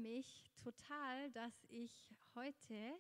mich total, dass ich heute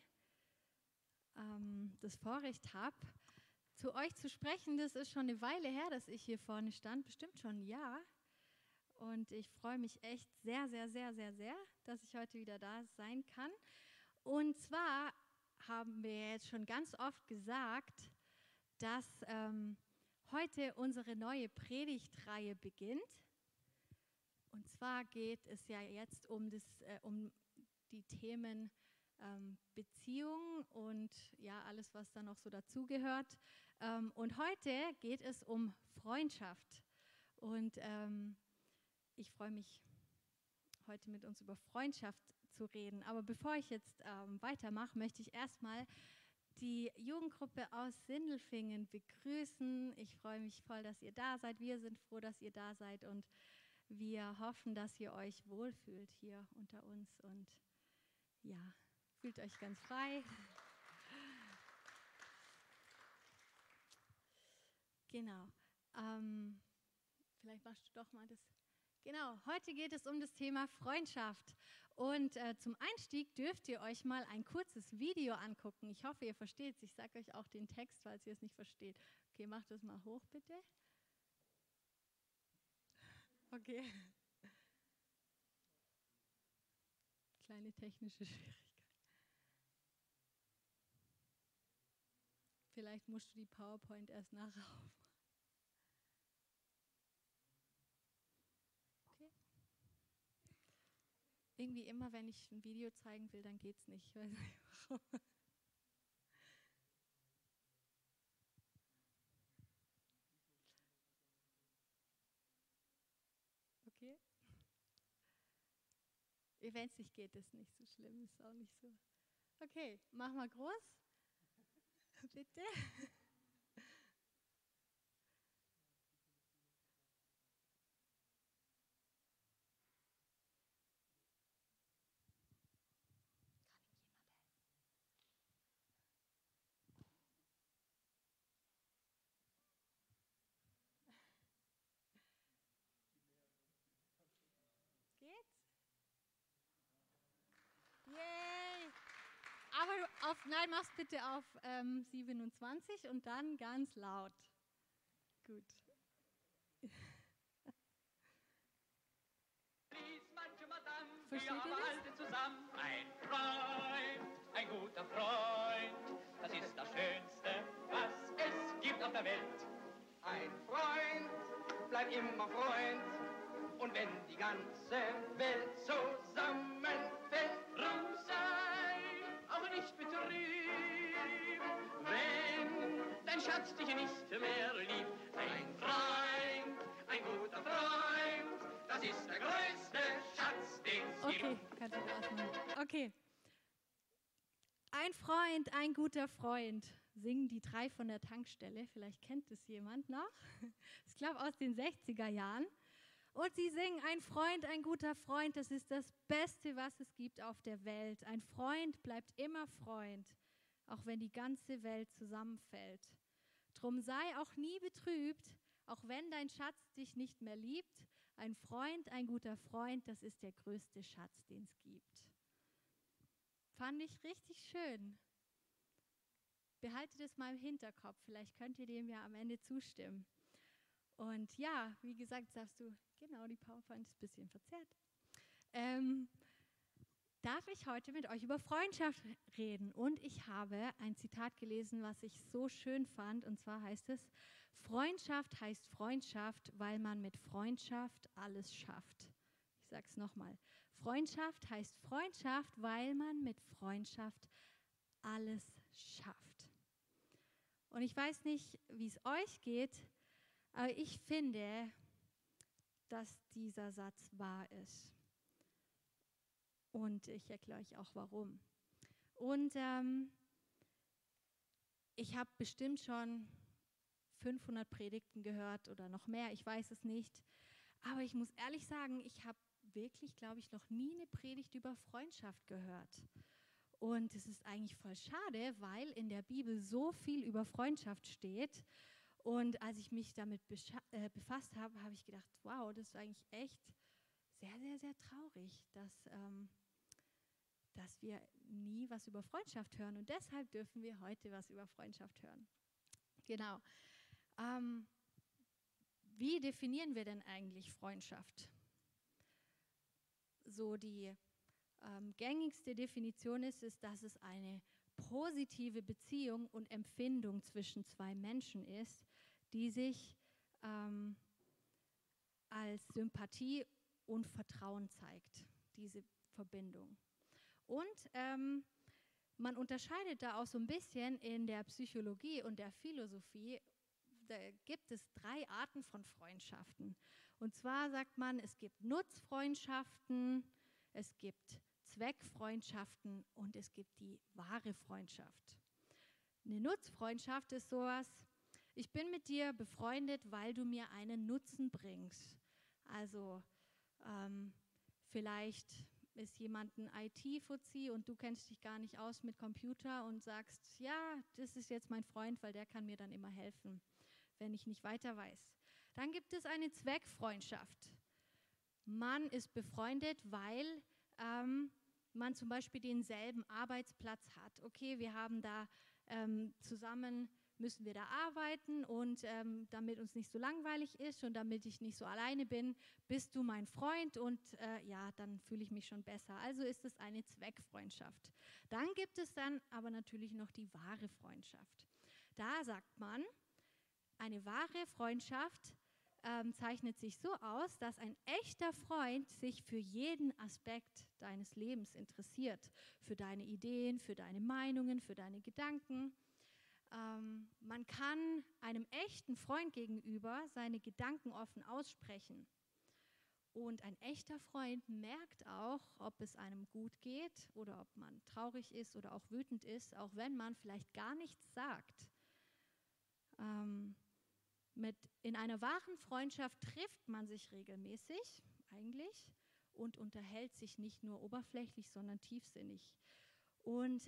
das Vorrecht habe, zu euch zu sprechen. Das ist schon eine Weile her, dass ich hier vorne stand, bestimmt schon ein Jahr. Und ich freue mich echt sehr, sehr, sehr, sehr, sehr, dass ich heute wieder da sein kann. Und zwar haben wir jetzt schon ganz oft gesagt, dass heute unsere neue Predigtreihe beginnt. Und zwar geht es ja jetzt um die Themen Beziehung und ja, alles, was da noch so dazugehört. Und heute geht es um Freundschaft. Und ich freue mich, heute mit uns über Freundschaft zu reden. Aber bevor ich jetzt weitermache, möchte ich erstmal die Jugendgruppe aus Sindelfingen begrüßen. Ich freue mich voll, dass ihr da seid. Wir sind froh, dass ihr da seid und wir hoffen, dass ihr euch wohlfühlt hier unter uns und ja, fühlt euch ganz frei. Genau. Vielleicht machst du doch mal das. Genau, heute geht es um das Thema Freundschaft. Und zum Einstieg dürft ihr euch mal ein kurzes Video angucken. Ich hoffe, ihr versteht es. Ich sage euch auch den Text, falls ihr es nicht versteht. Okay, macht das mal hoch, bitte. Okay. Kleine technische Schwierigkeit. Vielleicht musst du die PowerPoint erst nachher aufmachen. Okay. Irgendwie immer, wenn ich ein Video zeigen will, dann geht es nicht. Ich weiß nicht warum. Okay. Wenn es nicht geht, ist nicht so schlimm, ist auch nicht so. Okay, mach mal groß. Bitte. Kann ihm jemand helfen? Geht's? Yay! Aber nein, mach's bitte auf 27 und dann ganz laut. Gut. Versteht ihr das? Zusammen. Ein Freund, ein guter Freund, das ist das Schönste, was es gibt auf der Welt. Ein Freund, bleib immer Freund, und wenn die ganze Welt zusammenfällt, drum sei auch nicht betrübt, wenn dein Schatz dich nicht mehr liebt. Ein Freund, ein guter Freund, das ist der größte Schatz, den es gibt. Okay, kannst du ausmachen. Okay. Ein Freund, ein guter Freund, singen die drei von der Tankstelle. Vielleicht kennt es jemand noch. Ich glaube aus den 60er Jahren. Und sie singen, ein Freund, ein guter Freund, das ist das Beste, was es gibt auf der Welt. Ein Freund bleibt immer Freund, auch wenn die ganze Welt zusammenfällt. Drum sei auch nie betrübt, auch wenn dein Schatz dich nicht mehr liebt. Ein Freund, ein guter Freund, das ist der größte Schatz, den es gibt. Fand ich richtig schön. Behaltet es mal im Hinterkopf, vielleicht könnt ihr dem ja am Ende zustimmen. Und ja, wie gesagt, sagst du, genau, die PowerPoint ist ein bisschen verzerrt. Darf ich heute mit euch über Freundschaft reden? Und ich habe ein Zitat gelesen, was ich so schön fand. Und zwar heißt es, Freundschaft heißt Freundschaft, weil man mit Freundschaft alles schafft. Ich sage es nochmal. Freundschaft heißt Freundschaft, weil man mit Freundschaft alles schafft. Und ich weiß nicht, wie es euch geht, aber ich finde, dass dieser Satz wahr ist. Und ich erkläre euch auch, warum. Und ich habe bestimmt schon 500 Predigten gehört oder noch mehr, ich weiß es nicht. Aber ich muss ehrlich sagen, ich habe wirklich, glaube ich, noch nie eine Predigt über Freundschaft gehört. Und es ist eigentlich voll schade, weil in der Bibel so viel über Freundschaft steht. Und als ich mich damit befasst habe, habe ich gedacht, wow, das ist eigentlich echt sehr, sehr, sehr traurig, dass dass wir nie was über Freundschaft hören. Und deshalb dürfen wir heute was über Freundschaft hören. Genau. Wie definieren wir denn eigentlich Freundschaft? So die gängigste Definition ist, dass es eine positive Beziehung und Empfindung zwischen zwei Menschen ist, die sich als Sympathie und Vertrauen zeigt, diese Verbindung. Und man unterscheidet da auch so ein bisschen in der Psychologie und der Philosophie. Da gibt es 3 Arten von Freundschaften. Und zwar sagt man, es gibt Nutzfreundschaften, es gibt Zweckfreundschaften und es gibt die wahre Freundschaft. Eine Nutzfreundschaft ist sowas: Ich bin mit dir befreundet, weil du mir einen Nutzen bringst. Also vielleicht ist jemand ein IT-Fuzzi und du kennst dich gar nicht aus mit Computer und sagst, ja, das ist jetzt mein Freund, weil der kann mir dann immer helfen, wenn ich nicht weiter weiß. Dann gibt es eine Zweckfreundschaft. Man ist befreundet, weil man zum Beispiel denselben Arbeitsplatz hat. Okay, wir haben da zusammen, müssen wir da arbeiten und damit uns nicht so langweilig ist und damit ich nicht so alleine bin, bist du mein Freund und ja, dann fühle ich mich schon besser. Also ist es eine Zweckfreundschaft. Dann gibt es dann aber natürlich noch die wahre Freundschaft. Da sagt man, eine wahre Freundschaft zeichnet sich so aus, dass ein echter Freund sich für jeden Aspekt deines Lebens interessiert, für deine Ideen, für deine Meinungen, für deine Gedanken. Man kann einem echten Freund gegenüber seine Gedanken offen aussprechen. Und ein echter Freund merkt auch, ob es einem gut geht oder ob man traurig ist oder auch wütend ist, auch wenn man vielleicht gar nichts sagt. In einer wahren Freundschaft trifft man sich regelmäßig eigentlich und unterhält sich nicht nur oberflächlich, sondern tiefsinnig. Und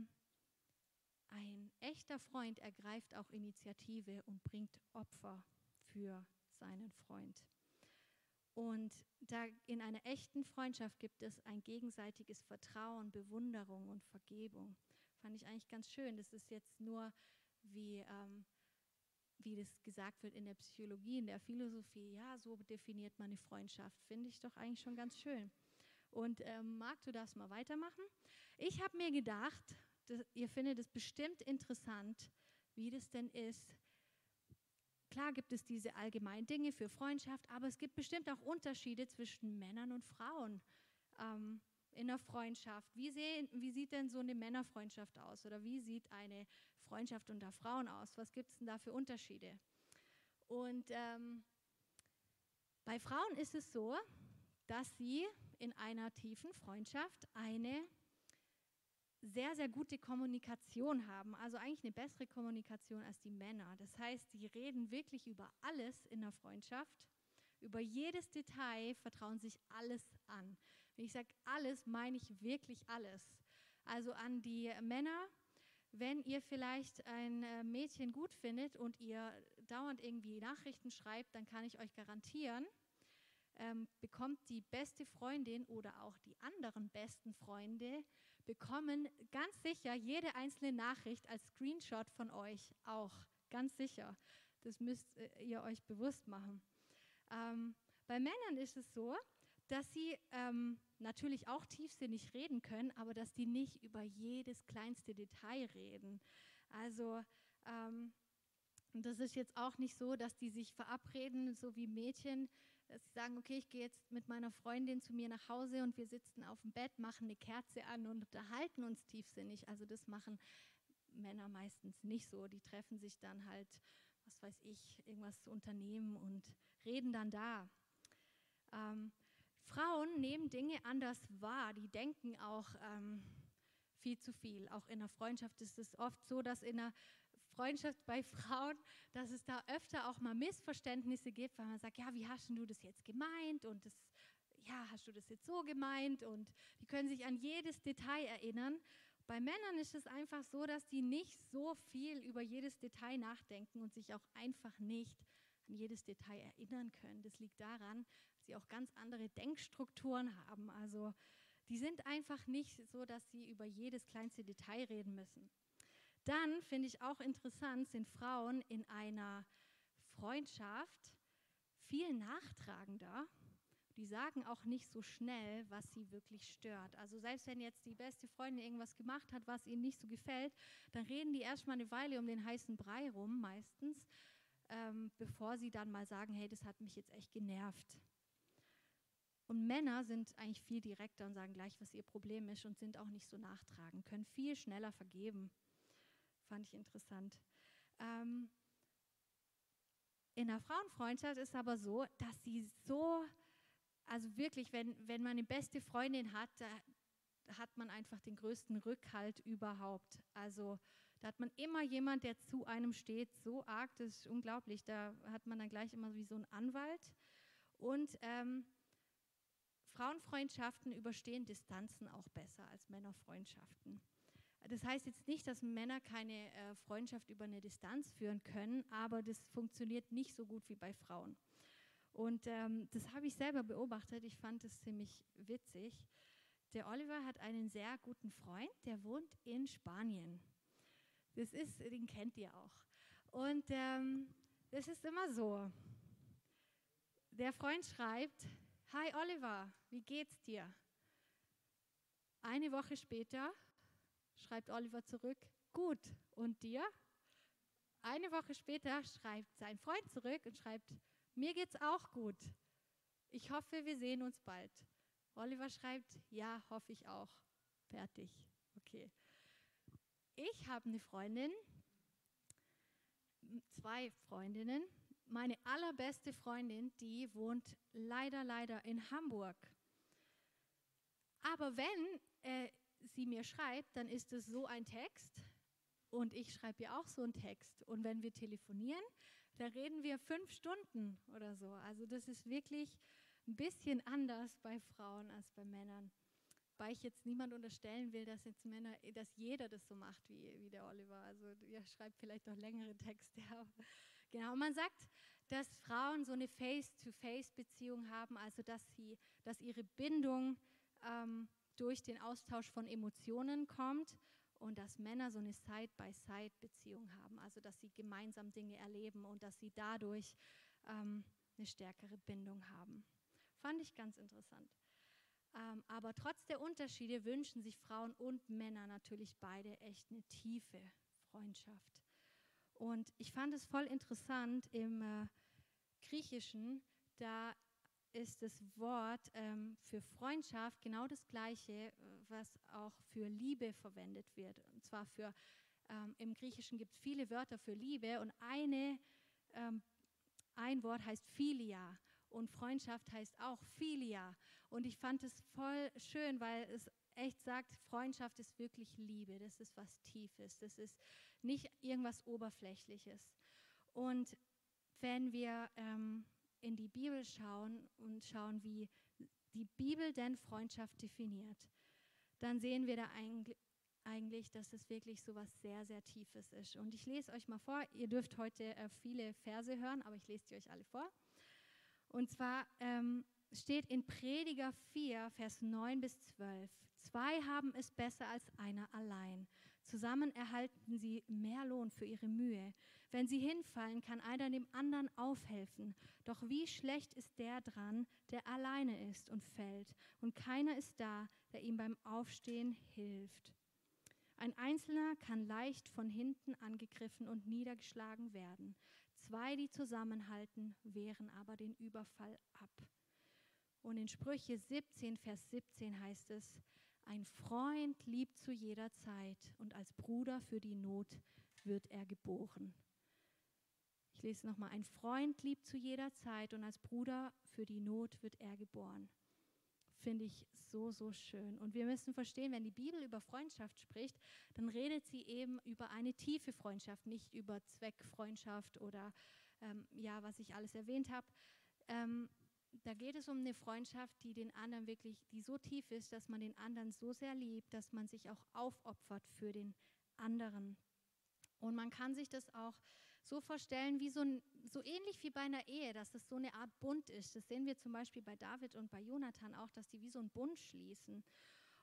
ein echter Freund ergreift auch Initiative und bringt Opfer für seinen Freund. Und da in einer echten Freundschaft gibt es ein gegenseitiges Vertrauen, Bewunderung und Vergebung. Fand ich eigentlich ganz schön. Das ist jetzt nur wie das gesagt wird in der Psychologie, in der Philosophie. Ja, so definiert man eine Freundschaft. Finde ich doch eigentlich schon ganz schön. Und Marc, du darfst mal weitermachen. Ich habe mir gedacht, ihr findet es bestimmt interessant, wie das denn ist. Klar gibt es diese allgemeinen Dinge für Freundschaft, aber es gibt bestimmt auch Unterschiede zwischen Männern und Frauen in der Freundschaft. Wie sieht denn so eine Männerfreundschaft aus? Oder wie sieht eine Freundschaft unter Frauen aus? Was gibt es denn da für Unterschiede? Und bei Frauen ist es so, dass sie in einer tiefen Freundschaft eine sehr, sehr gute Kommunikation haben, also eigentlich eine bessere Kommunikation als die Männer. Das heißt, sie reden wirklich über alles in der Freundschaft, über jedes Detail, vertrauen sich alles an. Wenn ich sage alles, meine ich wirklich alles. Also an die Männer, wenn ihr vielleicht ein Mädchen gut findet und ihr dauernd irgendwie Nachrichten schreibt, dann kann ich euch garantieren, bekommt die beste Freundin oder auch die anderen besten Freunde, bekommen ganz sicher jede einzelne Nachricht als Screenshot von euch auch. Ganz sicher. Das müsst ihr euch bewusst machen. Bei Männern ist es so, dass sie natürlich auch tiefsinnig reden können, aber dass die nicht über jedes kleinste Detail reden. Also das ist jetzt auch nicht so, dass die sich verabreden, so wie Mädchen, dass sie sagen, okay, ich gehe jetzt mit meiner Freundin zu mir nach Hause und wir sitzen auf dem Bett, machen eine Kerze an und unterhalten uns tiefsinnig. Also das machen Männer meistens nicht so. Die treffen sich dann halt, was weiß ich, irgendwas zu unternehmen und reden dann da. Frauen nehmen Dinge anders wahr, die denken auch viel zu viel. Auch in der Freundschaft ist es oft so, dass in der Freundschaft bei Frauen, dass es da öfter auch mal Missverständnisse gibt, weil man sagt, ja, wie hast du das jetzt gemeint und das, ja, hast du das jetzt so gemeint und die können sich an jedes Detail erinnern. Bei Männern ist es einfach so, dass die nicht so viel über jedes Detail nachdenken und sich auch einfach nicht an jedes Detail erinnern können. Das liegt daran, dass sie auch ganz andere Denkstrukturen haben. Also Die sind einfach nicht so, dass sie über jedes kleinste Detail reden müssen. Dann finde ich auch interessant, sind Frauen in einer Freundschaft viel nachtragender. Die sagen auch nicht so schnell, was sie wirklich stört. Also selbst wenn jetzt die beste Freundin irgendwas gemacht hat, was ihnen nicht so gefällt, dann reden die erstmal eine Weile um den heißen Brei rum, meistens, bevor sie dann mal sagen, hey, das hat mich jetzt echt genervt. Und Männer sind eigentlich viel direkter und sagen gleich, was ihr Problem ist und sind auch nicht so nachtragend, können viel schneller vergeben. Fand ich interessant. In der Frauenfreundschaft ist aber so, dass sie so, also wirklich, wenn man eine beste Freundin hat, da hat man einfach den größten Rückhalt überhaupt. Also da hat man immer jemand, der zu einem steht, so arg, das ist unglaublich. Da hat man dann gleich immer wie so einen Anwalt. Und Frauenfreundschaften überstehen Distanzen auch besser als Männerfreundschaften. Das heißt jetzt nicht, dass Männer keine Freundschaft über eine Distanz führen können, aber das funktioniert nicht so gut wie bei Frauen. Und das habe ich selber beobachtet. Ich fand es ziemlich witzig. Der Oliver hat einen sehr guten Freund, der wohnt in Spanien. Den kennt ihr auch. Und das ist immer so. Der Freund schreibt: Hi Oliver, wie geht's dir? Eine Woche später schreibt Oliver zurück: Gut, und dir? Eine Woche später schreibt sein Freund zurück und schreibt: Mir geht's auch gut. Ich hoffe, wir sehen uns bald. Oliver schreibt: Ja, hoffe ich auch. Fertig. Okay. Ich habe eine Freundin, 2 Freundinnen. Meine allerbeste Freundin, die wohnt leider in Hamburg. Aber wenn sie mir schreibt, dann ist es so ein Text und ich schreibe ihr auch so einen Text. Und wenn wir telefonieren, dann reden wir 5 Stunden oder so. Also das ist wirklich ein bisschen anders bei Frauen als bei Männern. Weil ich jetzt niemand unterstellen will, dass jeder das so macht wie der Oliver. Also ihr schreibt vielleicht noch längere Texte. Genau, man sagt, dass Frauen so eine Face-to-Face-Beziehung haben, also dass ihre Bindung durch den Austausch von Emotionen kommt und dass Männer so eine Side-by-Side-Beziehung haben, also dass sie gemeinsam Dinge erleben und dass sie dadurch eine stärkere Bindung haben. Fand ich ganz interessant. Aber trotz der Unterschiede wünschen sich Frauen und Männer natürlich beide echt eine tiefe Freundschaft. Und ich fand es voll interessant, im Griechischen, da ist das Wort für Freundschaft genau das gleiche, was auch für Liebe verwendet wird. Und zwar im Griechischen gibt es viele Wörter für Liebe und ein Wort heißt Philia und Freundschaft heißt auch Philia. Und ich fand es voll schön, weil es echt sagt, Freundschaft ist wirklich Liebe, das ist was Tiefes, das ist nicht irgendwas Oberflächliches. Und wenn wir in die Bibel schauen und schauen, wie die Bibel denn Freundschaft definiert, dann sehen wir da eigentlich, dass es wirklich so was sehr, sehr Tiefes ist. Und ich lese euch mal vor, ihr dürft heute viele Verse hören, aber ich lese die euch alle vor. Und zwar steht in Prediger 4, Vers 9 bis 12, 2 haben es besser als einer allein. Zusammen erhalten sie mehr Lohn für ihre Mühe. Wenn sie hinfallen, kann einer dem anderen aufhelfen. Doch wie schlecht ist der dran, der alleine ist und fällt, und keiner ist da, der ihm beim Aufstehen hilft. Ein Einzelner kann leicht von hinten angegriffen und niedergeschlagen werden. 2, die zusammenhalten, wehren aber den Überfall ab. Und in Sprüche 17, Vers 17 heißt es: Ein Freund liebt zu jeder Zeit und als Bruder für die Not wird er geboren. Ich lese nochmal: Ein Freund liebt zu jeder Zeit und als Bruder für die Not wird er geboren. Finde ich so, so schön. Und wir müssen verstehen, wenn die Bibel über Freundschaft spricht, dann redet sie eben über eine tiefe Freundschaft, nicht über Zweckfreundschaft oder was ich alles erwähnt habe. Da geht es um eine Freundschaft, die so tief ist, dass man den anderen so sehr liebt, dass man sich auch aufopfert für den anderen. Und man kann sich das auch so vorstellen, wie so ähnlich wie bei einer Ehe, dass es so eine Art Bund ist. Das sehen wir zum Beispiel bei David und bei Jonathan auch, dass die wie so einen Bund schließen.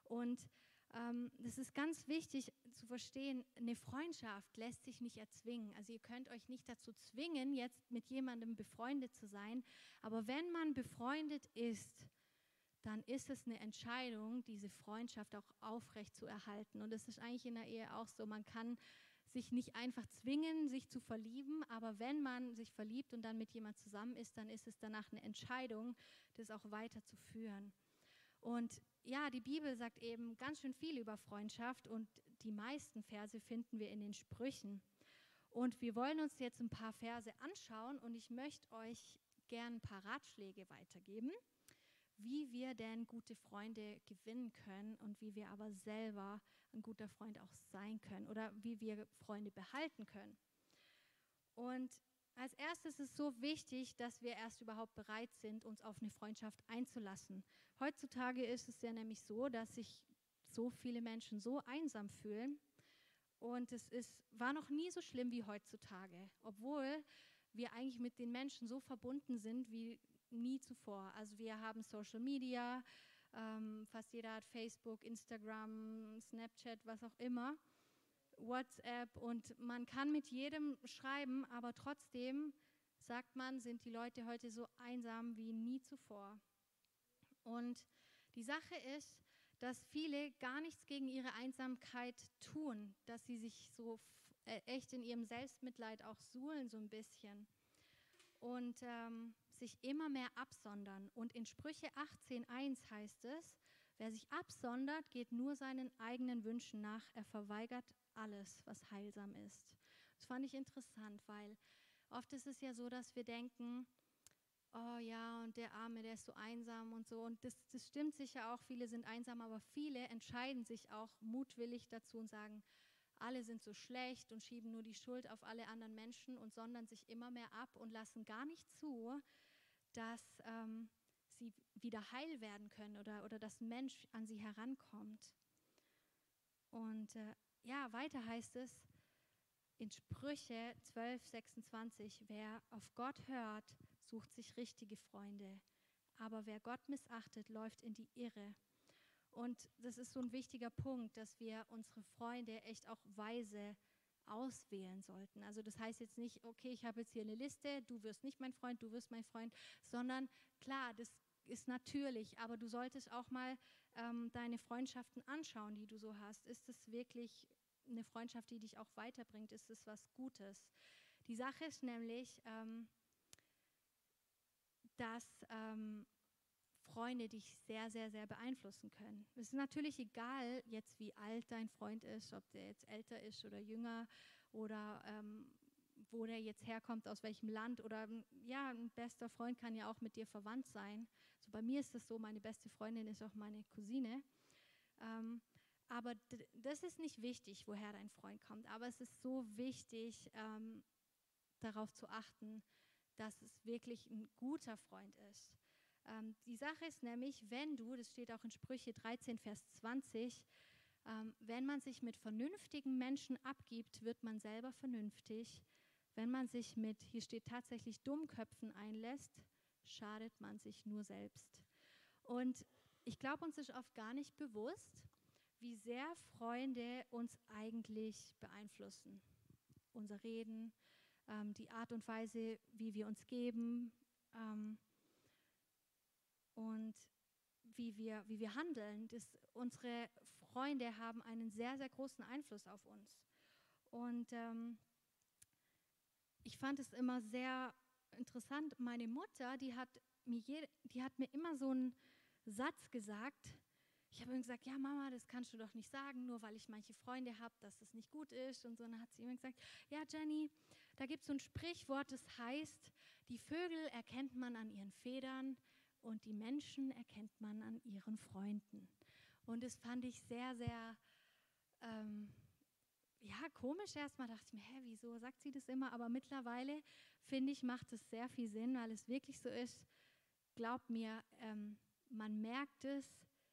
Und das ist ganz wichtig zu verstehen, eine Freundschaft lässt sich nicht erzwingen. Also ihr könnt euch nicht dazu zwingen, jetzt mit jemandem befreundet zu sein. Aber wenn man befreundet ist, dann ist es eine Entscheidung, diese Freundschaft auch aufrecht zu erhalten. Und das ist eigentlich in der Ehe auch so. Man kann sich nicht einfach zwingen, sich zu verlieben, aber wenn man sich verliebt und dann mit jemand zusammen ist, dann ist es danach eine Entscheidung, das auch weiterzuführen. Und ja, die Bibel sagt eben ganz schön viel über Freundschaft und die meisten Verse finden wir in den Sprüchen. Und wir wollen uns jetzt ein paar Verse anschauen und ich möchte euch gern ein paar Ratschläge weitergeben, wie wir denn gute Freunde gewinnen können und wie wir aber selber ein guter Freund auch sein können oder wie wir Freunde behalten können. Und als erstes ist es so wichtig, dass wir erst überhaupt bereit sind, uns auf eine Freundschaft einzulassen. Heutzutage ist es ja nämlich so, dass sich so viele Menschen so einsam fühlen und war noch nie so schlimm wie heutzutage, obwohl wir eigentlich mit den Menschen so verbunden sind wie nie zuvor. Also wir haben Social Media, fast jeder hat Facebook, Instagram, Snapchat, was auch immer, WhatsApp und man kann mit jedem schreiben, aber trotzdem, sagt man, sind die Leute heute so einsam wie nie zuvor. Und die Sache ist, dass viele gar nichts gegen ihre Einsamkeit tun, dass sie sich so echt in ihrem Selbstmitleid auch suhlen so ein bisschen und sich immer mehr absondern. Und in Sprüche 18,1 heißt es, wer sich absondert, geht nur seinen eigenen Wünschen nach, er verweigert alles, was heilsam ist. Das fand ich interessant, weil oft ist es ja so, dass wir denken, oh ja, und der Arme, der ist so einsam und so. Und das stimmt sicher auch, viele sind einsam, aber viele entscheiden sich auch mutwillig dazu und sagen, alle sind so schlecht und schieben nur die Schuld auf alle anderen Menschen und sondern sich immer mehr ab und lassen gar nicht zu, dass sie wieder heil werden können oder dass ein Mensch an sie herankommt. Und ja, weiter heißt es in Sprüche 12,26, wer auf Gott hört, sucht sich richtige Freunde, aber wer Gott missachtet, läuft in die Irre. Und das ist so ein wichtiger Punkt, dass wir unsere Freunde echt auch weise auswählen sollten. Also das heißt jetzt nicht, okay, ich habe jetzt hier eine Liste, du wirst nicht mein Freund, du wirst mein Freund, sondern klar, das ist natürlich, aber du solltest auch mal deine Freundschaften anschauen, die du so hast. Ist es wirklich eine Freundschaft, die dich auch weiterbringt? Ist es was Gutes? Die Sache ist nämlich, dass Freunde dich sehr, sehr, sehr beeinflussen können. Es ist natürlich egal, jetzt wie alt dein Freund ist, ob der jetzt älter ist oder jünger oder wo der jetzt herkommt, aus welchem Land oder ja, ein bester Freund kann ja auch mit dir verwandt sein. So bei mir ist es so, meine beste Freundin ist auch meine Cousine. Aber das ist nicht wichtig, woher dein Freund kommt. Aber es ist so wichtig, darauf zu achten, dass es wirklich ein guter Freund ist. Die Sache ist nämlich, wenn du, das steht auch in Sprüche 13, Vers 20, wenn man sich mit vernünftigen Menschen abgibt, wird man selber vernünftig. Wenn man sich mit, hier steht tatsächlich, Dummköpfen einlässt, schadet man sich nur selbst. Und ich glaube, uns ist oft gar nicht bewusst, wie sehr Freunde uns eigentlich beeinflussen. Unser Reden, die Art und Weise, wie wir uns geben und wie wir handeln. Unsere Freunde haben einen sehr, sehr großen Einfluss auf uns. Und ich fand es immer sehr interessant. Meine Mutter, die hat mir immer so einen Satz gesagt. Ich habe ihm gesagt, ja Mama, das kannst du doch nicht sagen, nur weil ich manche Freunde habe, dass das nicht gut ist. Und so, dann hat sie immer gesagt, ja Jenny, da gibt es so ein Sprichwort, das heißt, die Vögel erkennt man an ihren Federn und die Menschen erkennt man an ihren Freunden. Und das fand ich sehr, sehr ja, komisch erstmal. Dachte ich mir, hä, wieso sagt sie das immer? Aber mittlerweile, finde ich, macht es sehr viel Sinn, weil es wirklich so ist. Glaub mir, man merkt es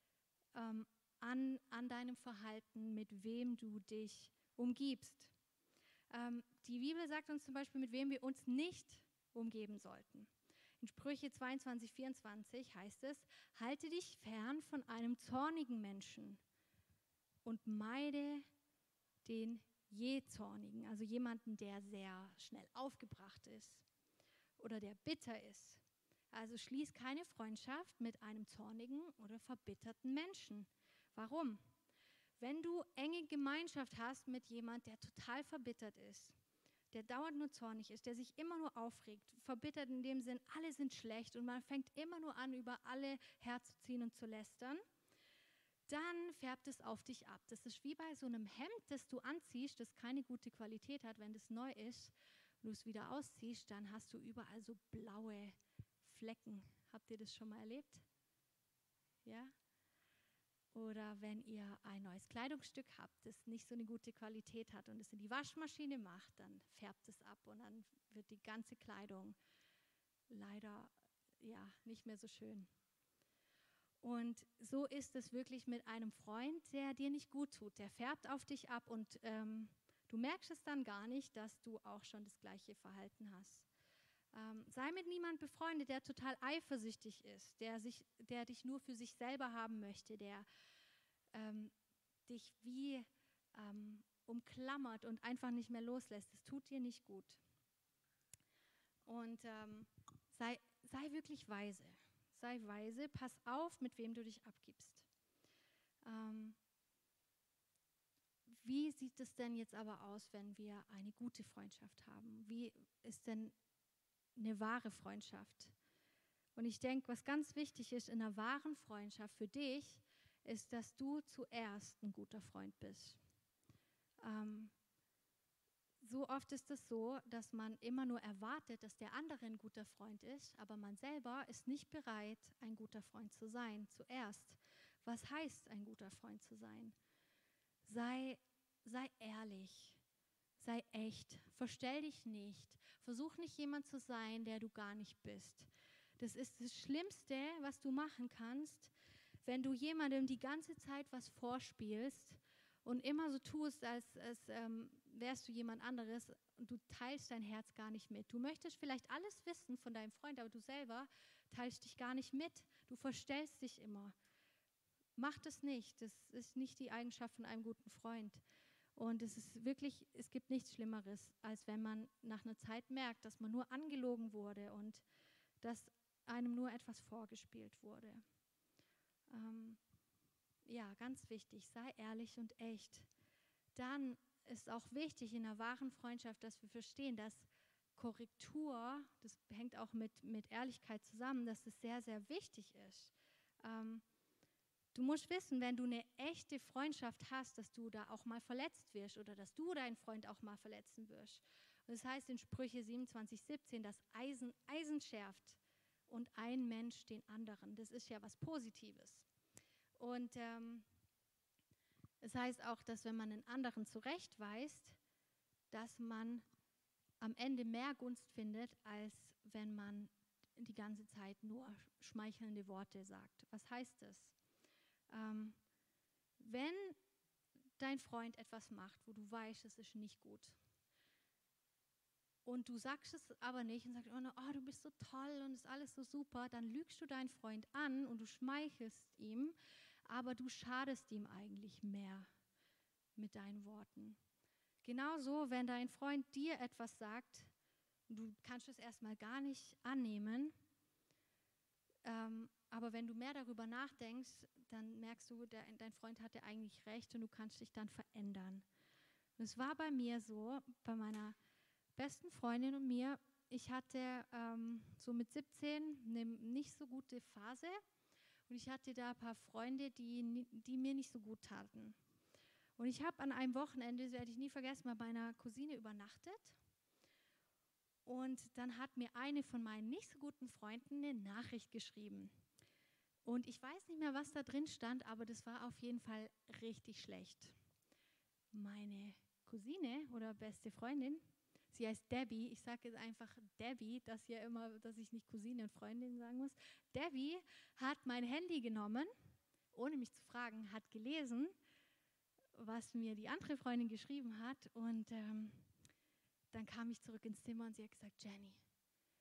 an deinem Verhalten, mit wem du dich umgibst. Die Bibel sagt uns zum Beispiel, mit wem wir uns nicht umgeben sollten. In Sprüche 22, 24 heißt es, halte dich fern von einem zornigen Menschen und meide den Jähzornigen, also jemanden, der sehr schnell aufgebracht ist oder der bitter ist. Also schließ keine Freundschaft mit einem zornigen oder verbitterten Menschen. Warum? Wenn du enge Gemeinschaft hast mit jemandem, der total verbittert ist, der dauernd nur zornig ist, der sich immer nur aufregt, verbittert in dem Sinn, alle sind schlecht und man fängt immer nur an, über alle herzuziehen und zu lästern, dann färbt es auf dich ab. Das ist wie bei so einem Hemd, das du anziehst, das keine gute Qualität hat. Wenn das neu ist und du es wieder ausziehst, dann hast du überall so blaue Flecken. Habt ihr das schon mal erlebt? Ja? Oder wenn ihr ein neues Kleidungsstück habt, das nicht so eine gute Qualität hat und es in die Waschmaschine macht, dann färbt es ab und dann wird die ganze Kleidung leider nicht mehr so schön. Und so ist es wirklich mit einem Freund, der dir nicht gut tut. Der färbt auf dich ab und du merkst es dann gar nicht, dass du auch schon das gleiche Verhalten hast. Sei mit niemandem befreundet, der total eifersüchtig ist, der dich nur für sich selber haben möchte, der dich wie umklammert und einfach nicht mehr loslässt. Das tut dir nicht gut. Und sei wirklich weise. Sei weise, pass auf, mit wem du dich abgibst. Wie sieht es denn jetzt aber aus, wenn wir eine gute Freundschaft haben? Wie ist denn eine wahre Freundschaft? Und ich denke, was ganz wichtig ist in einer wahren Freundschaft für dich, ist, dass du zuerst ein guter Freund bist. So oft ist es so, dass man immer nur erwartet, dass der andere ein guter Freund ist, aber man selber ist nicht bereit, ein guter Freund zu sein. Zuerst, was heißt ein guter Freund zu sein? Sei ehrlich, sei echt, verstell dich nicht, versuch nicht jemand zu sein, der du gar nicht bist. Das ist das Schlimmste, was du machen kannst, wenn du jemandem die ganze Zeit was vorspielst und immer so tust, als wärst du jemand anderes und du teilst dein Herz gar nicht mit. Du möchtest vielleicht alles wissen von deinem Freund, aber du selber teilst dich gar nicht mit. Du verstellst dich immer. Mach das nicht. Das ist nicht die Eigenschaft von einem guten Freund. Und es gibt nichts Schlimmeres, als wenn man nach einer Zeit merkt, dass man nur angelogen wurde und dass einem nur etwas vorgespielt wurde. Ganz wichtig, sei ehrlich und echt. Dann ist auch wichtig in einer wahren Freundschaft, dass wir verstehen, dass Korrektur, das hängt auch mit Ehrlichkeit zusammen, dass es sehr, sehr wichtig ist. Du musst wissen, wenn du eine echte Freundschaft hast, dass du da auch mal verletzt wirst oder dass du deinen Freund auch mal verletzen wirst. Und das heißt in Sprüche 27, 17, dass Eisen schärft und ein Mensch den anderen. Das ist ja was Positives. Und es heißt auch, dass wenn man einen anderen zurechtweist, dass man am Ende mehr Gunst findet, als wenn man die ganze Zeit nur schmeichelnde Worte sagt. Was heißt das? Wenn dein Freund etwas macht, wo du weißt, es ist nicht gut, und du sagst es aber nicht und sagst, oh, du bist so toll und ist alles so super, dann lügst du deinen Freund an und du schmeichelst ihm, aber du schadest ihm eigentlich mehr mit deinen Worten. Genauso, wenn dein Freund dir etwas sagt, du kannst es erstmal gar nicht annehmen, aber wenn du mehr darüber nachdenkst, dann merkst du, dein Freund hatte eigentlich recht und du kannst dich dann verändern. Und es war bei mir so, bei meiner besten Freundin und mir, ich hatte so mit 17 eine nicht so gute Phase und ich hatte da ein paar Freunde, die mir nicht so gut taten. Und ich habe an einem Wochenende, das werde ich nie vergessen, bei meiner Cousine übernachtet. Und dann hat mir eine von meinen nicht so guten Freunden eine Nachricht geschrieben. Und ich weiß nicht mehr, was da drin stand, aber das war auf jeden Fall richtig schlecht. Meine Cousine oder beste Freundin, sie heißt Debbie, ich sage jetzt einfach Debbie, dass ich nicht Cousine und Freundin sagen muss. Debbie hat mein Handy genommen, ohne mich zu fragen, hat gelesen, was mir die andere Freundin geschrieben hat und dann kam ich zurück ins Zimmer und sie hat gesagt, Jenny,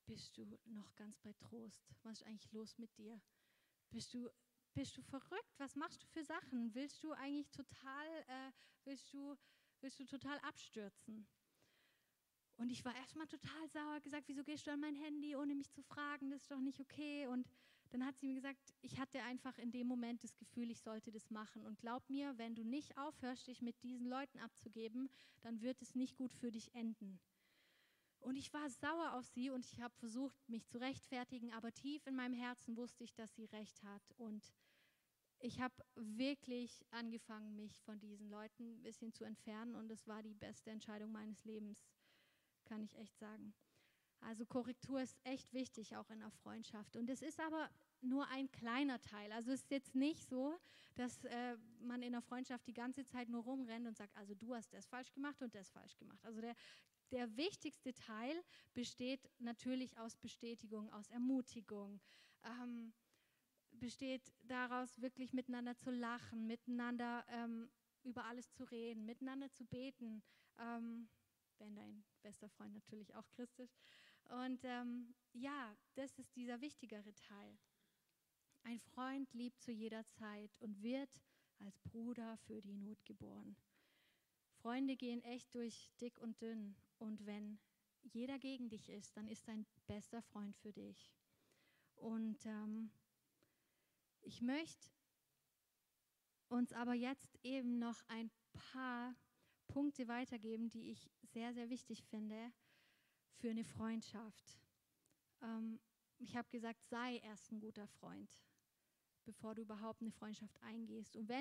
bist du noch ganz bei Trost? Was ist eigentlich los mit dir? Bist du verrückt? Was machst du für Sachen? Willst du eigentlich willst du total abstürzen? Und ich war erstmal total sauer, gesagt, wieso gehst du an mein Handy, ohne mich zu fragen? Das ist doch nicht okay. Und dann hat sie mir gesagt, ich hatte einfach in dem Moment das Gefühl, ich sollte das machen. Und glaub mir, wenn du nicht aufhörst, dich mit diesen Leuten abzugeben, dann wird es nicht gut für dich enden. Und ich war sauer auf sie und ich habe versucht, mich zu rechtfertigen, aber tief in meinem Herzen wusste ich, dass sie recht hat. Und ich habe wirklich angefangen, mich von diesen Leuten ein bisschen zu entfernen und es war die beste Entscheidung meines Lebens, kann ich echt sagen. Also Korrektur ist echt wichtig, auch in der Freundschaft. Und es ist aber nur ein kleiner Teil. Also es ist jetzt nicht so, dass man in der Freundschaft die ganze Zeit nur rumrennt und sagt, also du hast das falsch gemacht und das falsch gemacht. Also der wichtigste Teil besteht natürlich aus Bestätigung, aus Ermutigung, besteht daraus, wirklich miteinander zu lachen, miteinander über alles zu reden, miteinander zu beten, wenn dein bester Freund natürlich auch Christ ist. Und ja, das ist dieser wichtigere Teil. Ein Freund liebt zu jeder Zeit und wird als Bruder für die Not geboren. Freunde gehen echt durch dick und dünn. Und wenn jeder gegen dich ist, dann ist dein bester Freund für dich. Und ich möchte uns aber jetzt eben noch ein paar Punkte weitergeben, die ich sehr, sehr wichtig finde für eine Freundschaft. Ich habe gesagt, sei erst ein guter Freund, bevor du überhaupt eine Freundschaft eingehst. Und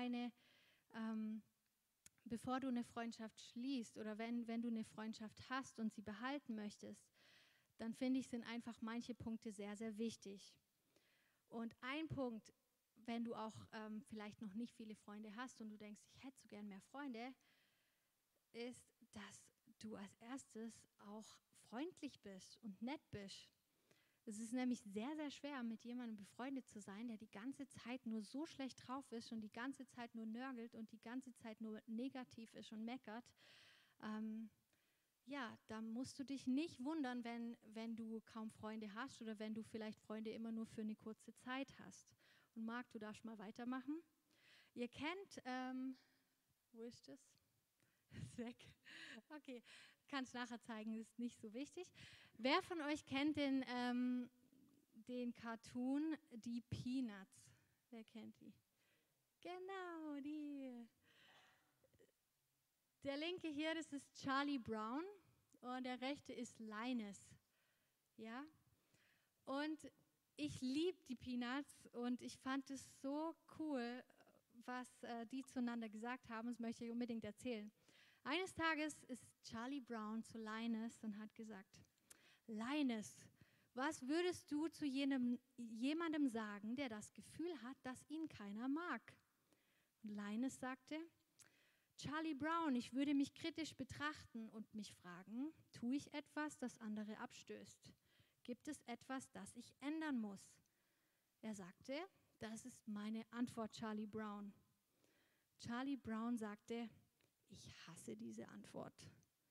bevor du eine Freundschaft schließt oder wenn du eine Freundschaft hast und sie behalten möchtest, dann finde ich, sind einfach manche Punkte sehr, sehr wichtig. Und ein Punkt, wenn du auch vielleicht noch nicht viele Freunde hast und du denkst, ich hätte so gern mehr Freunde, ist, dass du als erstes auch freundlich bist und nett bist. Es ist nämlich sehr, sehr schwer, mit jemandem befreundet zu sein, der die ganze Zeit nur so schlecht drauf ist und die ganze Zeit nur nörgelt und die ganze Zeit nur negativ ist und meckert. Ja, da musst du dich nicht wundern, wenn du kaum Freunde hast oder wenn du vielleicht Freunde immer nur für eine kurze Zeit hast. Und Marc, du darfst mal weitermachen. Ihr kennt, wo ist das? Ist weg. Okay, kannst nachher zeigen, ist nicht so wichtig. Wer von euch kennt den Cartoon Die Peanuts? Wer kennt die? Genau, die. Der linke hier, das ist Charlie Brown und der rechte ist Linus. Ja? Und ich liebe die Peanuts und ich fand es so cool, was die zueinander gesagt haben. Das möchte ich unbedingt erzählen. Eines Tages ist Charlie Brown zu Linus und hat gesagt, Linus, was würdest du zu jemandem sagen, der das Gefühl hat, dass ihn keiner mag? Und Linus sagte, Charlie Brown, ich würde mich kritisch betrachten und mich fragen, tue ich etwas, das andere abstößt? Gibt es etwas, das ich ändern muss? Er sagte, das ist meine Antwort, Charlie Brown. Charlie Brown sagte, ich hasse diese Antwort.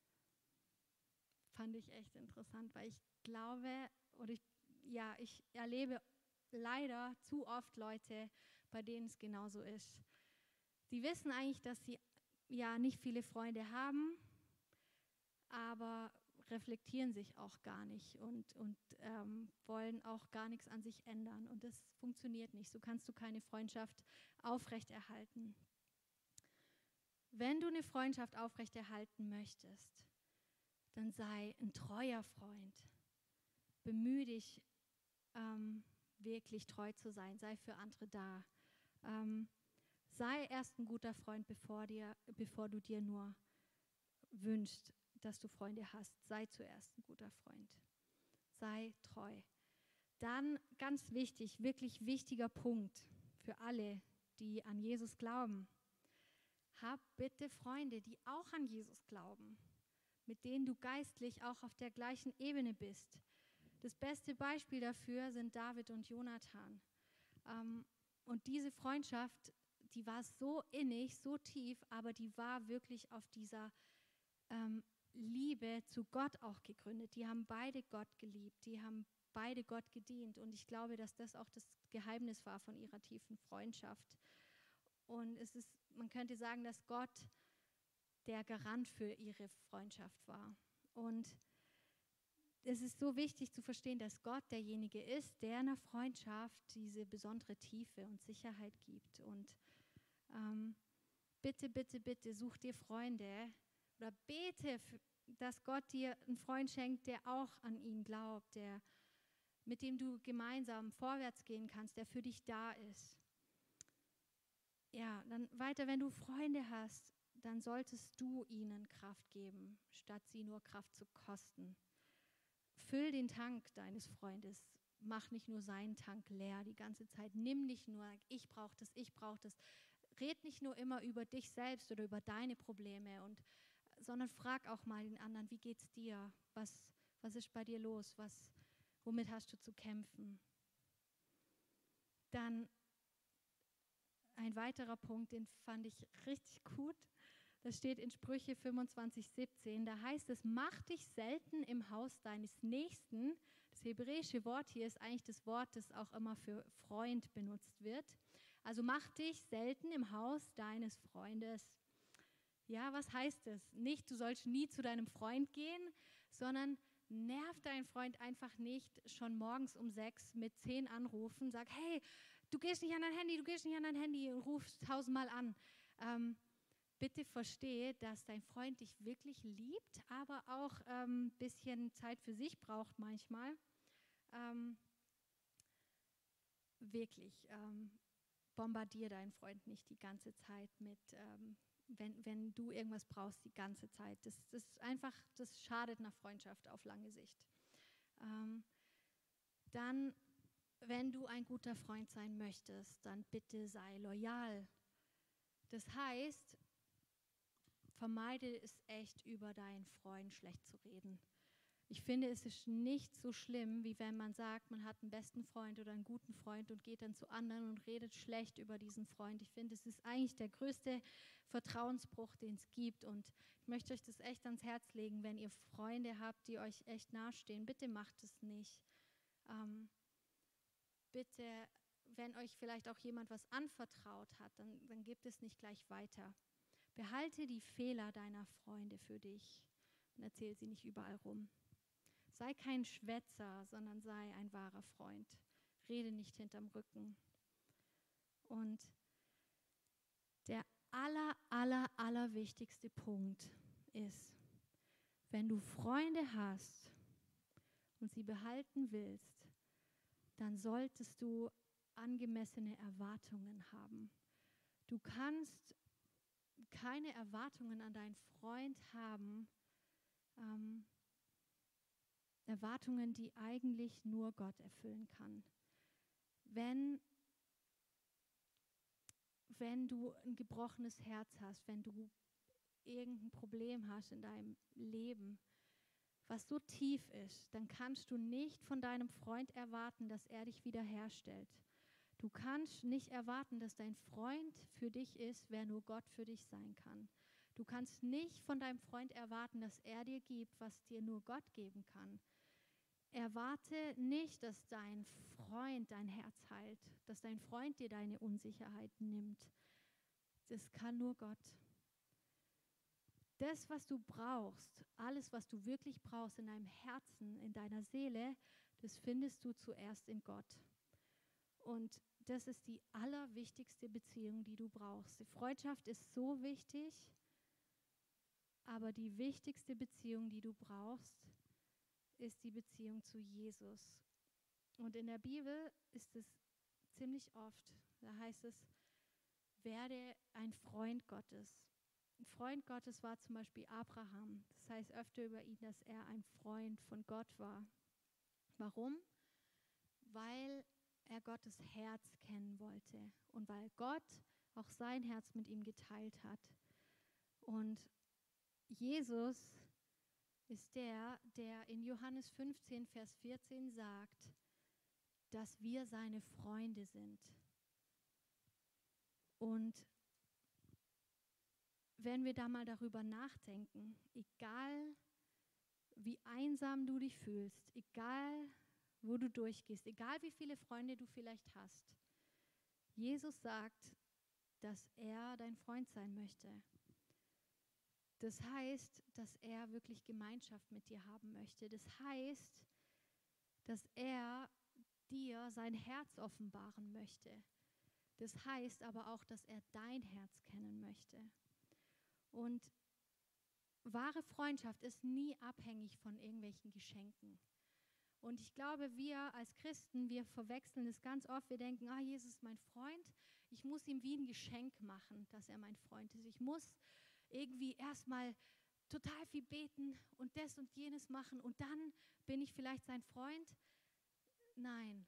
Fand ich echt interessant, weil ich glaube, ich erlebe leider zu oft Leute, bei denen es genauso ist. Die wissen eigentlich, dass sie ja nicht viele Freunde haben, aber reflektieren sich auch gar nicht und wollen auch gar nichts an sich ändern. Und das funktioniert nicht. So kannst du keine Freundschaft aufrechterhalten. Wenn du eine Freundschaft aufrechterhalten möchtest, dann sei ein treuer Freund. Bemühe dich, wirklich treu zu sein. Sei für andere da. Sei erst ein guter Freund, bevor du dir nur wünschst, dass du Freunde hast. Sei zuerst ein guter Freund. Sei treu. Dann ganz wichtig, wirklich wichtiger Punkt für alle, die an Jesus glauben. Hab bitte Freunde, die auch an Jesus glauben, mit denen du geistlich auch auf der gleichen Ebene bist. Das beste Beispiel dafür sind David und Jonathan. Und diese Freundschaft, die war so innig, so tief, aber die war wirklich auf dieser Liebe zu Gott auch gegründet. Die haben beide Gott geliebt, die haben beide Gott gedient. Und ich glaube, dass das auch das Geheimnis war von ihrer tiefen Freundschaft. Und man könnte sagen, dass Gott der Garant für ihre Freundschaft war. Und es ist so wichtig zu verstehen, dass Gott derjenige ist, der einer Freundschaft diese besondere Tiefe und Sicherheit gibt. Und bitte, bitte, bitte such dir Freunde oder bete, dass Gott dir einen Freund schenkt, der auch an ihn glaubt, mit dem du gemeinsam vorwärts gehen kannst, der für dich da ist. Ja, dann weiter, wenn du Freunde hast, dann solltest du ihnen Kraft geben, statt sie nur Kraft zu kosten. Füll den Tank deines Freundes. Mach nicht nur seinen Tank leer die ganze Zeit. Nimm nicht nur, ich brauche das, ich brauche das. Red nicht nur immer über dich selbst oder über deine Probleme, sondern frag auch mal den anderen, wie geht's dir? Was ist bei dir los? Womit hast du zu kämpfen? Dann ein weiterer Punkt, den fand ich richtig gut. Das steht in Sprüche 25,17. Da heißt es, mach dich selten im Haus deines Nächsten. Das hebräische Wort hier ist eigentlich das Wort, das auch immer für Freund benutzt wird. Also mach dich selten im Haus deines Freundes. Ja, was heißt das? Nicht, du sollst nie zu deinem Freund gehen, sondern nerv deinen Freund einfach nicht schon morgens um 6 mit 10 Anrufen. Sag, hey, du gehst nicht an dein Handy und rufst 1000-mal an. Bitte verstehe, dass dein Freund dich wirklich liebt, aber auch ein bisschen Zeit für sich braucht manchmal. Wirklich, bombardier deinen Freund nicht die ganze Zeit mit, wenn du irgendwas brauchst, die ganze Zeit. Das schadet einer Freundschaft auf lange Sicht. Dann, wenn du ein guter Freund sein möchtest, dann bitte sei loyal. Das heißt, vermeide es echt, über deinen Freund schlecht zu reden. Ich finde, es ist nicht so schlimm, wie wenn man sagt, man hat einen besten Freund oder einen guten Freund und geht dann zu anderen und redet schlecht über diesen Freund. Ich finde, es ist eigentlich der größte Vertrauensbruch, den es gibt. Und ich möchte euch das echt ans Herz legen, wenn ihr Freunde habt, die euch echt nahestehen, bitte macht es nicht. Bitte, wenn euch vielleicht auch jemand was anvertraut hat, dann gebt es nicht gleich weiter. Behalte die Fehler deiner Freunde für dich und erzähl sie nicht überall rum. Sei kein Schwätzer, sondern sei ein wahrer Freund. Rede nicht hinterm Rücken. Und der allerwichtigste Punkt ist, wenn du Freunde hast und sie behalten willst, dann solltest du angemessene Erwartungen haben. Du kannst keine Erwartungen an deinen Freund haben, Erwartungen, die eigentlich nur Gott erfüllen kann. Wenn du ein gebrochenes Herz hast, wenn du irgendein Problem hast in deinem Leben, was so tief ist, dann kannst du nicht von deinem Freund erwarten, dass er dich wiederherstellt. Du kannst nicht erwarten, dass dein Freund für dich ist, wer nur Gott für dich sein kann. Du kannst nicht von deinem Freund erwarten, dass er dir gibt, was dir nur Gott geben kann. Erwarte nicht, dass dein Freund dein Herz heilt, dass dein Freund dir deine Unsicherheit nimmt. Das kann nur Gott. Das, was du brauchst, alles, was du wirklich brauchst in deinem Herzen, in deiner Seele, das findest du zuerst in Gott. Und das ist die allerwichtigste Beziehung, die du brauchst. Die Freundschaft ist so wichtig, aber die wichtigste Beziehung, die du brauchst, ist die Beziehung zu Jesus. Und in der Bibel ist es ziemlich oft, da heißt es, werde ein Freund Gottes. Ein Freund Gottes war zum Beispiel Abraham. Das heißt öfter über ihn, dass er ein Freund von Gott war. Warum? Weil er Gottes Herz kennen wollte und weil Gott auch sein Herz mit ihm geteilt hat. Und Jesus ist der in Johannes 15, Vers 14 sagt, dass wir seine Freunde sind. Und wenn wir da mal darüber nachdenken, egal wie einsam du dich fühlst, egal wo du durchgehst, egal wie viele Freunde du vielleicht hast, Jesus sagt, dass er dein Freund sein möchte. Das heißt, dass er wirklich Gemeinschaft mit dir haben möchte. Das heißt, dass er dir sein Herz offenbaren möchte. Das heißt aber auch, dass er dein Herz kennen möchte. Und wahre Freundschaft ist nie abhängig von irgendwelchen Geschenken. Und ich glaube, wir als Christen, wir verwechseln es ganz oft. Wir denken, Jesus ist mein Freund. Ich muss ihm wie ein Geschenk machen, dass er mein Freund ist. Ich muss irgendwie erstmal total viel beten und das und jenes machen und dann bin ich vielleicht sein Freund. Nein.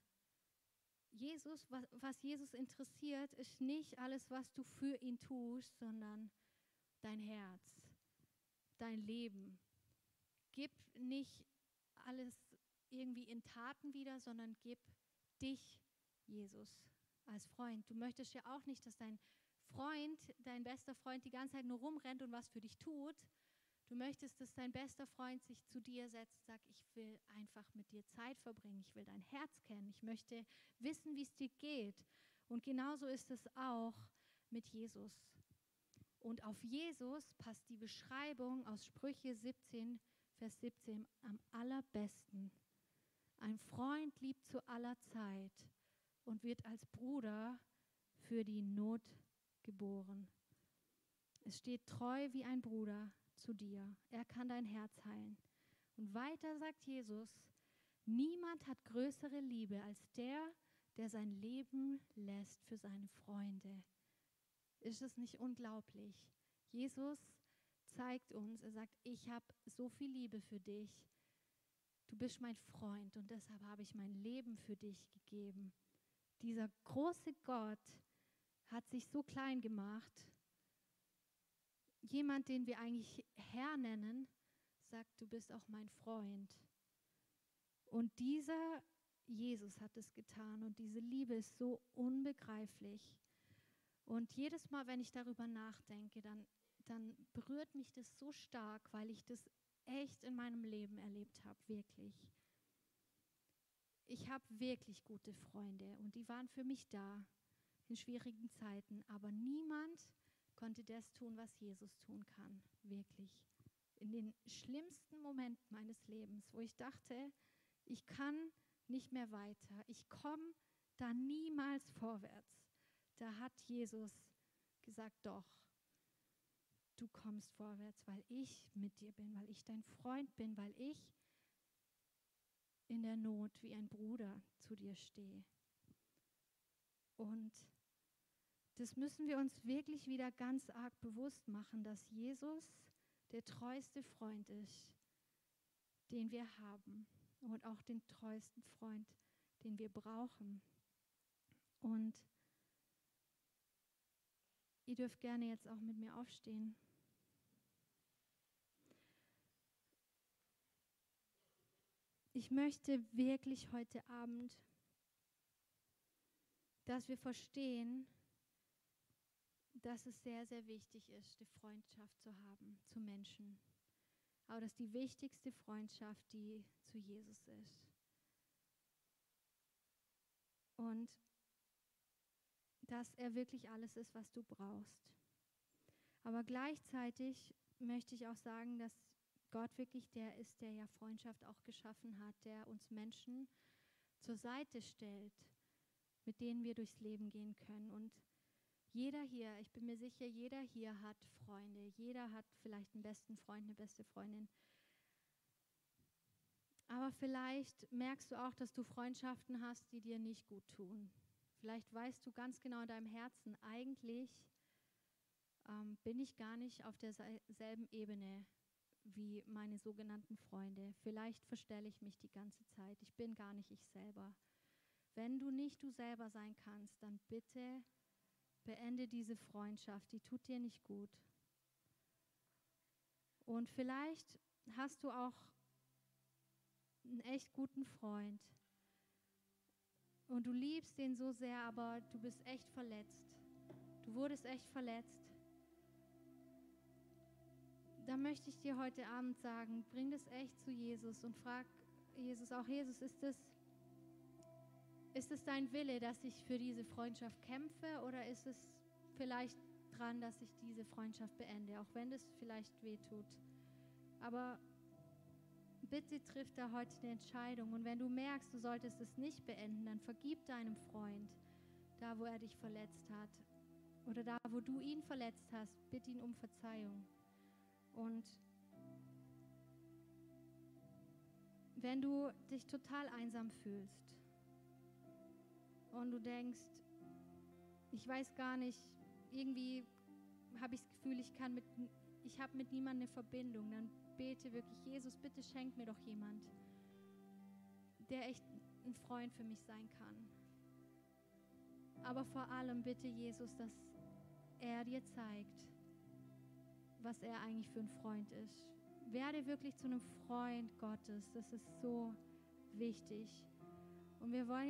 Was Jesus interessiert, ist nicht alles, was du für ihn tust, sondern dein Herz, dein Leben. Gib nicht alles irgendwie in Taten wieder, sondern gib dich, Jesus, als Freund. Du möchtest ja auch nicht, dass dein Freund, dein bester Freund, die ganze Zeit nur rumrennt und was für dich tut. Du möchtest, dass dein bester Freund sich zu dir setzt und sagt, ich will einfach mit dir Zeit verbringen, ich will dein Herz kennen, ich möchte wissen, wie es dir geht. Und genauso ist es auch mit Jesus. Und auf Jesus passt die Beschreibung aus Sprüche 17, Vers 17 am allerbesten. Ein Freund liebt zu aller Zeit und wird als Bruder für die Not geboren. Es steht treu wie ein Bruder zu dir. Er kann dein Herz heilen. Und weiter sagt Jesus, niemand hat größere Liebe als der, der sein Leben lässt für seine Freunde. Ist es nicht unglaublich? Jesus zeigt uns, er sagt, ich habe so viel Liebe für dich. Du bist mein Freund und deshalb habe ich mein Leben für dich gegeben. Dieser große Gott hat sich so klein gemacht. Jemand, den wir eigentlich Herr nennen, sagt, du bist auch mein Freund. Und dieser Jesus hat es getan und diese Liebe ist so unbegreiflich. Und jedes Mal, wenn ich darüber nachdenke, dann berührt mich das so stark, weil ich das echt in meinem Leben erlebt habe, wirklich. Ich habe wirklich gute Freunde und die waren für mich da in schwierigen Zeiten, aber niemand konnte das tun, was Jesus tun kann, wirklich. In den schlimmsten Momenten meines Lebens, wo ich dachte, ich kann nicht mehr weiter, ich komme da niemals vorwärts, da hat Jesus gesagt, doch, du kommst vorwärts, weil ich mit dir bin, weil ich dein Freund bin, weil ich in der Not wie ein Bruder zu dir stehe. Und das müssen wir uns wirklich wieder ganz arg bewusst machen, dass Jesus der treueste Freund ist, den wir haben und auch den treuesten Freund, den wir brauchen. Und ihr dürft gerne jetzt auch mit mir aufstehen. Ich möchte wirklich heute Abend, dass wir verstehen, dass es sehr, sehr wichtig ist, die Freundschaft zu haben zu Menschen. Aber dass die wichtigste Freundschaft die zu Jesus ist. Und dass er wirklich alles ist, was du brauchst. Aber gleichzeitig möchte ich auch sagen, dass Gott wirklich der ist, der ja Freundschaft auch geschaffen hat, der uns Menschen zur Seite stellt, mit denen wir durchs Leben gehen können. Und jeder hier, ich bin mir sicher, jeder hier hat Freunde. Jeder hat vielleicht einen besten Freund, eine beste Freundin. Aber vielleicht merkst du auch, dass du Freundschaften hast, die dir nicht gut tun. Vielleicht weißt du ganz genau in deinem Herzen, eigentlich bin ich gar nicht auf derselben Ebene wie meine sogenannten Freunde. Vielleicht verstelle ich mich die ganze Zeit. Ich bin gar nicht ich selber. Wenn du nicht du selber sein kannst, dann bitte beende diese Freundschaft. Die tut dir nicht gut. Und vielleicht hast du auch einen echt guten Freund. Und du liebst den so sehr, aber du bist echt verletzt. Du wurdest echt verletzt. da möchte ich dir heute Abend sagen, bring das echt zu Jesus und frag Jesus, auch Jesus, ist es dein Wille, dass ich für diese Freundschaft kämpfe, oder ist es vielleicht dran, dass ich diese Freundschaft beende, auch wenn das vielleicht wehtut. Aber bitte triff da heute eine Entscheidung, und wenn du merkst, du solltest es nicht beenden, dann vergib deinem Freund, da wo er dich verletzt hat oder da wo du ihn verletzt hast, bitte ihn um Verzeihung. Und wenn du dich total einsam fühlst und du denkst, ich weiß gar nicht, irgendwie habe ich das Gefühl, ich habe mit niemandem eine Verbindung, dann bete wirklich, Jesus, bitte schenk mir doch jemand, der echt ein Freund für mich sein kann. Aber vor allem bitte Jesus, dass er dir zeigt, was er eigentlich für ein Freund ist. Werde wirklich zu einem Freund Gottes. Das ist so wichtig. Und wir wollen